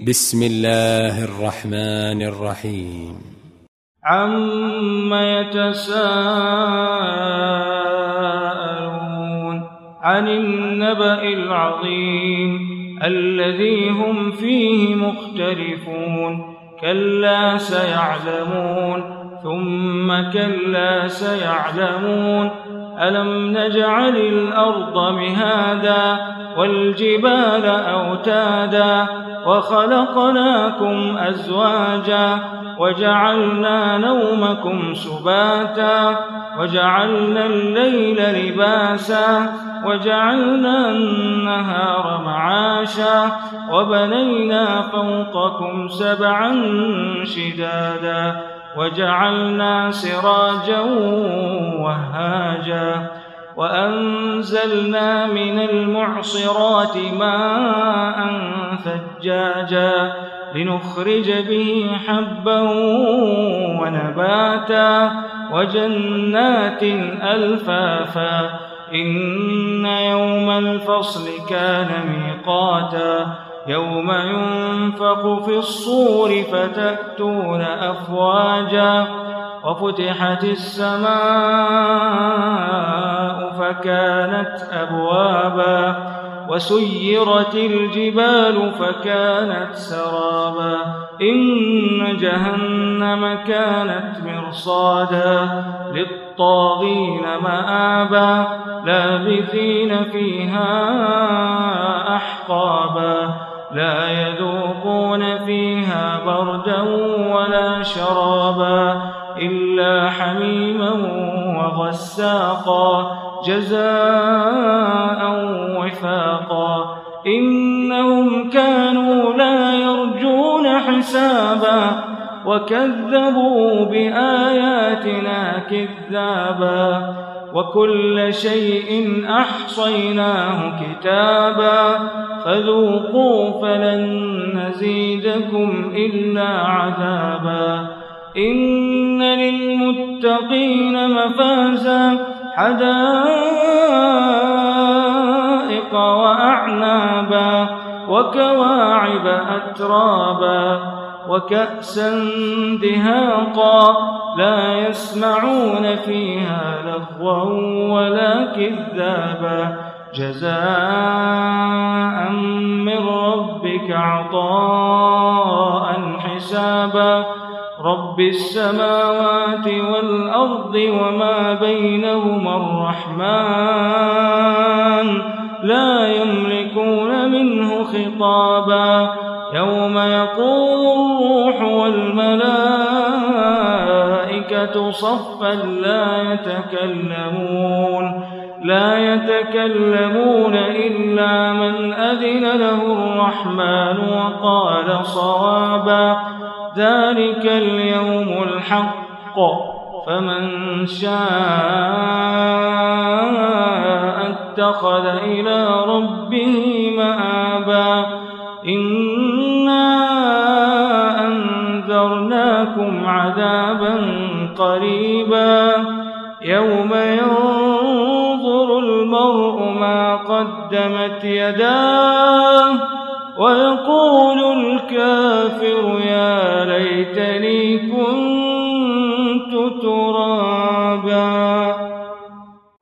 بسم الله الرحمن الرحيم. عم يتساءلون عن النبأ العظيم الذي هم فيه مختلفون كلا سيعلمون ثم كلا سيعلمون ألم نجعل الأرض مهادا والجبال أوتادا وخلقناكم أزواجا وجعلنا نومكم سباتا وجعلنا الليل لباسا وجعلنا النهار معاشا وبنينا فوقكم سبعا شدادا وجعلنا سراجا وهاجا وأنزلنا من المعصرات ماء ثجاجا لنخرج به حبا ونباتا وجنات ألفافا إن يوم الفصل كان ميقاتا يوم ينفخ في الصور فتأتون أفواجا وفتحت السماء فكانت أبوابا وسيرت الجبال فكانت سرابا إن جهنم كانت مرصادا للطاغين مآبا لابثين فيها أحقابا لا يذوقون فيها بردا ولا شرابا إلا حميما وغساقا جزاء وفاقا إنهم كانوا لا يرجون حسابا وكذبوا بآياتنا كذابا وكل شيء أحصيناه كتابا فذوقوا فلن نزيدكم إلا عذابا إن للمتقين مفازا حدائق وأعنابا وكواعب أترابا وكأسا دهاقا لا يسمعون فيها لغوا ولا كذابا جزاء من ربك عطاء حسابا رب السماوات والأرض وما بينهما الرحمن لا يملكون منه خطابا يوم يقول الروح والملائكة صفا لا يتكلمون إلا من أذن له الرحمن وقال صوابا ذلك اليوم الحق فمن شاء اتخذ إلى ربه مآبا إنا أنذرناكم عذابا قريبا يوم ينظر المرء ما قدمت يداه ويقول الكافر يا ليتني